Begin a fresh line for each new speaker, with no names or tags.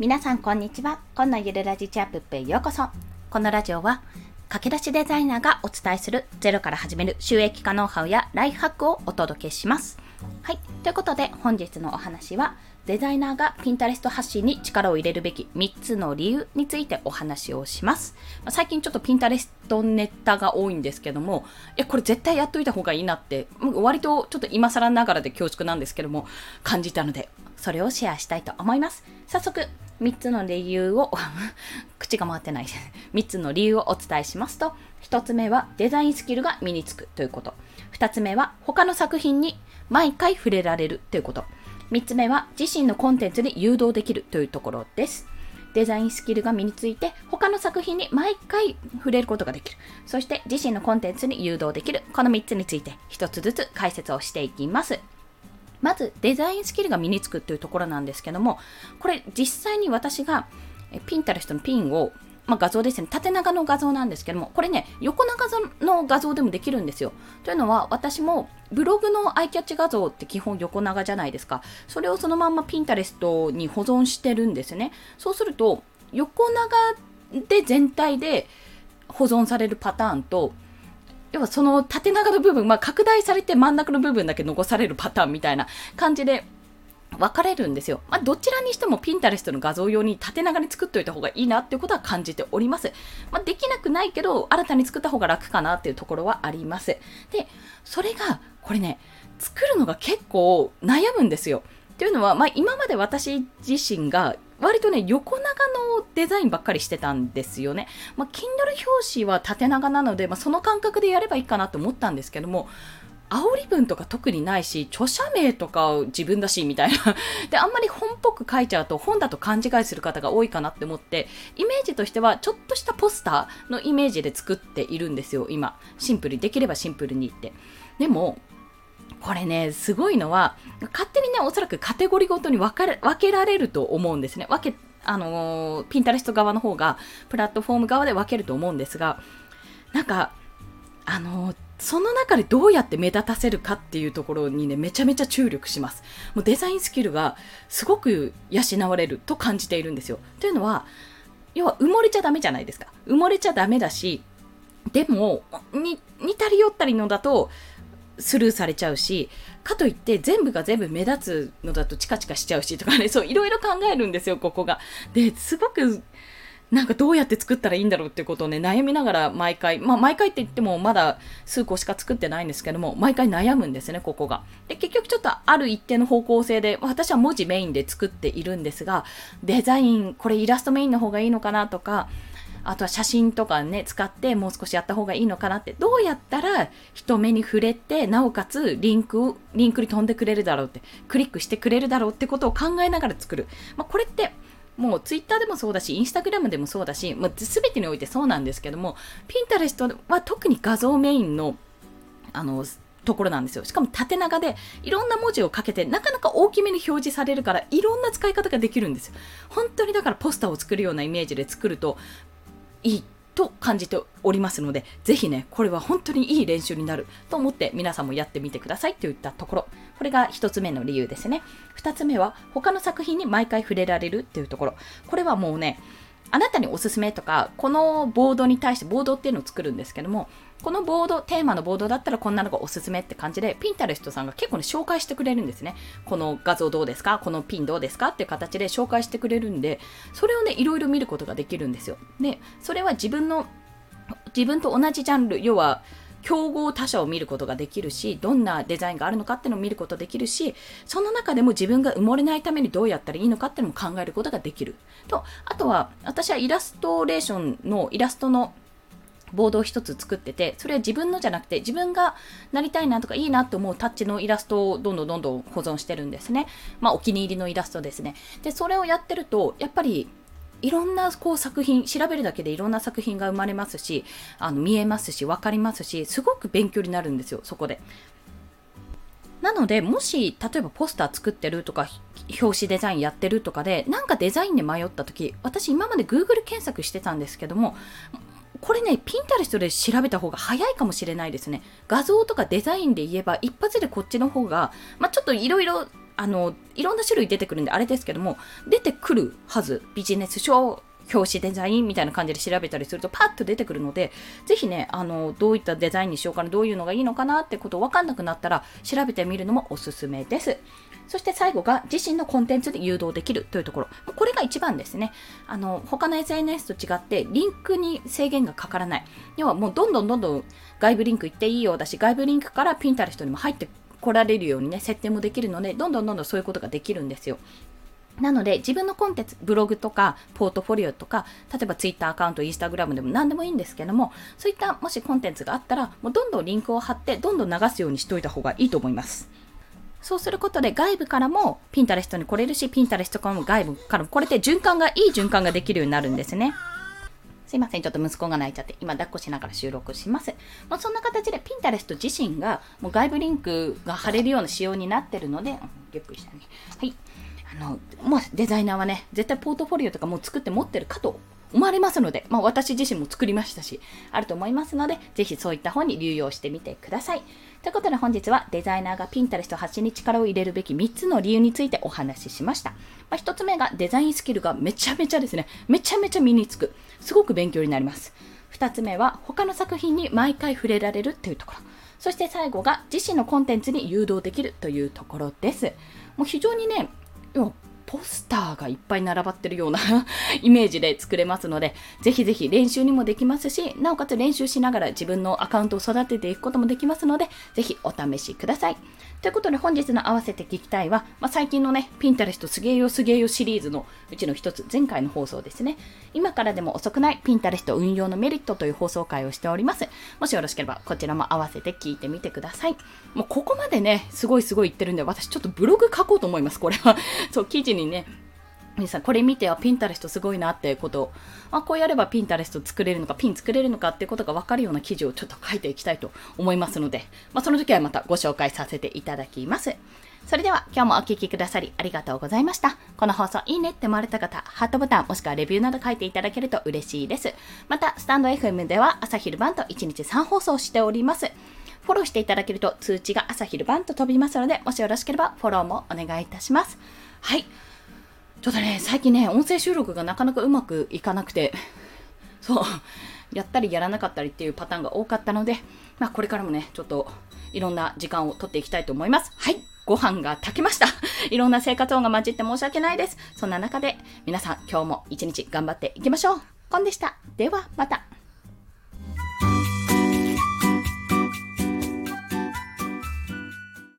皆さんこんにちは。今のゆるラジチャップップへようこそ。このラジオは駆け出しデザイナーがお伝えするゼロから始める収益化ノウハウやライフハックをお届けします。はい、ということで本日のお話はデザイナーが Pinterest 発信に力を入れるべき3つの理由についてお話をします。最近ちょっと Pinterest ネタが多いんですけども、これ絶対やっといた方がいいなって割とちょっと今更ながらで恐縮なんですけども感じたので、それをシェアしたいと思います。早速3つの理由を口が回ってない3つの理由をお伝えしますと、1つ目はデザインスキルが身につくということ、2つ目は他の作品に毎回触れられるということ、3つ目は自身のコンテンツに誘導できるというところです。デザインスキルが身について他の作品に毎回触れることができる、そして自身のコンテンツに誘導できる、この3つについて1つずつ解説をしていきます。まずデザインスキルが身につくというところなんですけども、これ実際に私がPinterestのピンを、画像ですね、縦長の画像なんですけども、これね横長の画像でもできるんですよ。というのは私もブログのアイキャッチ画像って基本横長じゃないですか。それをそのまんまPinterestに保存してるんですね。そうすると横長で全体で保存されるパターンと、要はその縦長の部分、拡大されて真ん中の部分だけ残されるパターンみたいな感じで分かれるんですよ。どちらにしてもPinterestの画像用に縦長に作っておいた方がいいなっていうことは感じております。できなくないけど新たに作った方が楽かなっていうところはあります。で、それがこれね、作るのが結構悩むんですよ。っていうのは、今まで私自身が割とね横長のデザインばっかりしてたんですよね。Kindle 表紙は縦長なので、その感覚でやればいいかなと思ったんですけども、煽り文とか特にないし、著者名とか自分だしみたいなで、あんまり本っぽく書いちゃうと本だと勘違いする方が多いかなって思って、イメージとしてはちょっとしたポスターのイメージで作っているんですよ。今シンプルにできればシンプルにって。でもこれね、すごいのは勝手にね、おそらくカテゴリーごとに分けられると思うんですね。ピンタレスト側の方がプラットフォーム側で分けると思うんですが、その中でどうやって目立たせるかっていうところにね、めちゃめちゃ注力します。もうデザインスキルがすごく養われると感じているんですよ。というのは、要は埋もれちゃダメじゃないですか。埋もれちゃダメだし、でも似たり寄ったりのだとスルーされちゃうし、かといって全部が全部目立つのだとチカチカしちゃうしとかね、そういろいろ考えるんですよ、ここが。ですごくどうやって作ったらいいんだろうってことをね、悩みながら毎回って言ってもまだ数個しか作ってないんですけども、毎回悩むんですね、ここが。で、結局ちょっとある一定の方向性で、私は文字メインで作っているんですが、デザイン、これイラストメインの方がいいのかなとか、あとは写真とかね、使ってもう少しやった方がいいのかなって、どうやったら人目に触れて、なおかつリンクに飛んでくれるだろうって、クリックしてくれるだろうってことを考えながら作る。これってもうツイッターでもそうだし、インスタグラムでもそうだし、全てにおいてそうなんですけども、ピンタレストは特に画像メインのところなんですよ。しかも縦長でいろんな文字をかけてなかなか大きめに表示されるから、いろんな使い方ができるんですよ。本当にだからポスターを作るようなイメージで作るといいと感じておりますので、ぜひね、これは本当にいい練習になると思って皆さんもやってみてくださいといったところ。これが一つ目の理由ですね。二つ目は他の作品に毎回触れられるっていうところ。これはもうね、あなたにおすすめとか、このボードに対してボードっていうのを作るんですけども、このボード、テーマのボードだったらこんなのがおすすめって感じで、ピンタレストさんが結構ね、紹介してくれるんですね。この画像どうですか？このピンどうですか？っていう形で紹介してくれるんで、それをね、いろいろ見ることができるんですよ。で、それは自分と同じジャンル、要は、競合他社を見ることができるし、どんなデザインがあるのかっていうのを見ることができるし、その中でも自分が埋もれないためにどうやったらいいのかっていうのも考えることができると、あとは私はイラストレーションのイラストのボードを一つ作ってて、それは自分のじゃなくて自分がなりたいなとかいいなと思うタッチのイラストをどんどん保存してるんですね。お気に入りのイラストですね。で、それをやってるとやっぱりいろんな作品、調べるだけでいろんな作品が生まれますし、見えますし、わかりますし、すごく勉強になるんですよ、そこで。なので、もし、例えばポスター作ってるとか、表紙デザインやってるとかで、デザインで迷った時、私今まで Google 検索してたんですけども、これね、ピンタレストで調べた方が早いかもしれないですね。画像とかデザインで言えば、一発でこっちの方が、ちょっといろいろいろんな種類出てくるんであれですけども、出てくるはず。ビジネス書、表紙デザインみたいな感じで調べたりするとパッと出てくるので、ぜひね、どういったデザインにしようかな、どういうのがいいのかなってこと分かんなくなったら調べてみるのもおすすめです。そして最後が自身のコンテンツで誘導できるというところ。これが一番ですね。他の SNS と違ってリンクに制限がかからない。要はもうどんどん外部リンク行っていいようだし、外部リンクからピンタレストにも入って来られるようにね、設定もできるので、どんどんそういうことができるんですよ。なので自分のコンテンツ、ブログとかポートフォリオとか、例えばツイッターアカウント、インスタグラムでも何でもいいんですけども、そういったもしコンテンツがあったら、もうどんどんリンクを貼ってどんどん流すようにしておいた方がいいと思います。そうすることで外部からもピンタレストに来れるし、ピンタレストからも外部からも来れて、いい循環ができるようになるんですね。すいません、ちょっと息子が泣いちゃって今抱っこしながら収録します。そんな形でピンタレスト自身がもう外部リンクが貼れるような仕様になってるので、ゆっくりしたね。はい。もうデザイナーはね、絶対ポートフォリオとかもう作って持ってるかと思われますので、私自身も作りましたし、あると思いますので、ぜひそういった本に流用してみてください。ということで本日はデザイナーがピンタレスト発信に力を入れるべき3つの理由についてお話ししました。1つ目がデザインスキルがめちゃめちゃですね、めちゃめちゃ身につく。すごく勉強になります。2つ目は他の作品に毎回触れられるというところ。そして最後が自身のコンテンツに誘導できるというところです。もう非常にね、ポスターがいっぱい並ばってるようなイメージで作れますので、ぜひぜひ練習にもできますし、なおかつ練習しながら自分のアカウントを育てていくこともできますので、ぜひお試しください。ということで本日の合わせて聞きたいは、最近のね、ピンタレストすげえよシリーズのうちの一つ、前回の放送ですね。今からでも遅くないピンタレスト運用のメリットという放送回をしております。もしよろしければこちらも合わせて聞いてみてください。もうここまでね、すごい言ってるんで、私ちょっとブログ書こうと思います。これはそう記事にね、皆さんこれ見てはピンタレストすごいなってことを、こうやればピンタレスト作れるのか、ピン作れるのかっていうことが分かるような記事をちょっと書いていきたいと思いますので、その時はまたご紹介させていただきます。それでは今日もお聞きくださりありがとうございました。この放送いいねって思われた方、ハートボタンもしくはレビューなど書いていただけると嬉しいです。またスタンド FM では朝昼晩と1日3放送しております。フォローしていただけると通知が朝昼晩と飛びますので、もしよろしければフォローもお願いいたします。はい。ちょっとね、最近ね、音声収録がなかなかうまくいかなくて、やったりやらなかったりっていうパターンが多かったので、これからもね、ちょっといろんな時間を取っていきたいと思います。はい、ご飯が炊けました。いろんな生活音が混じって申し訳ないです。そんな中で、皆さん今日も一日頑張っていきましょう。コンでした。ではまた。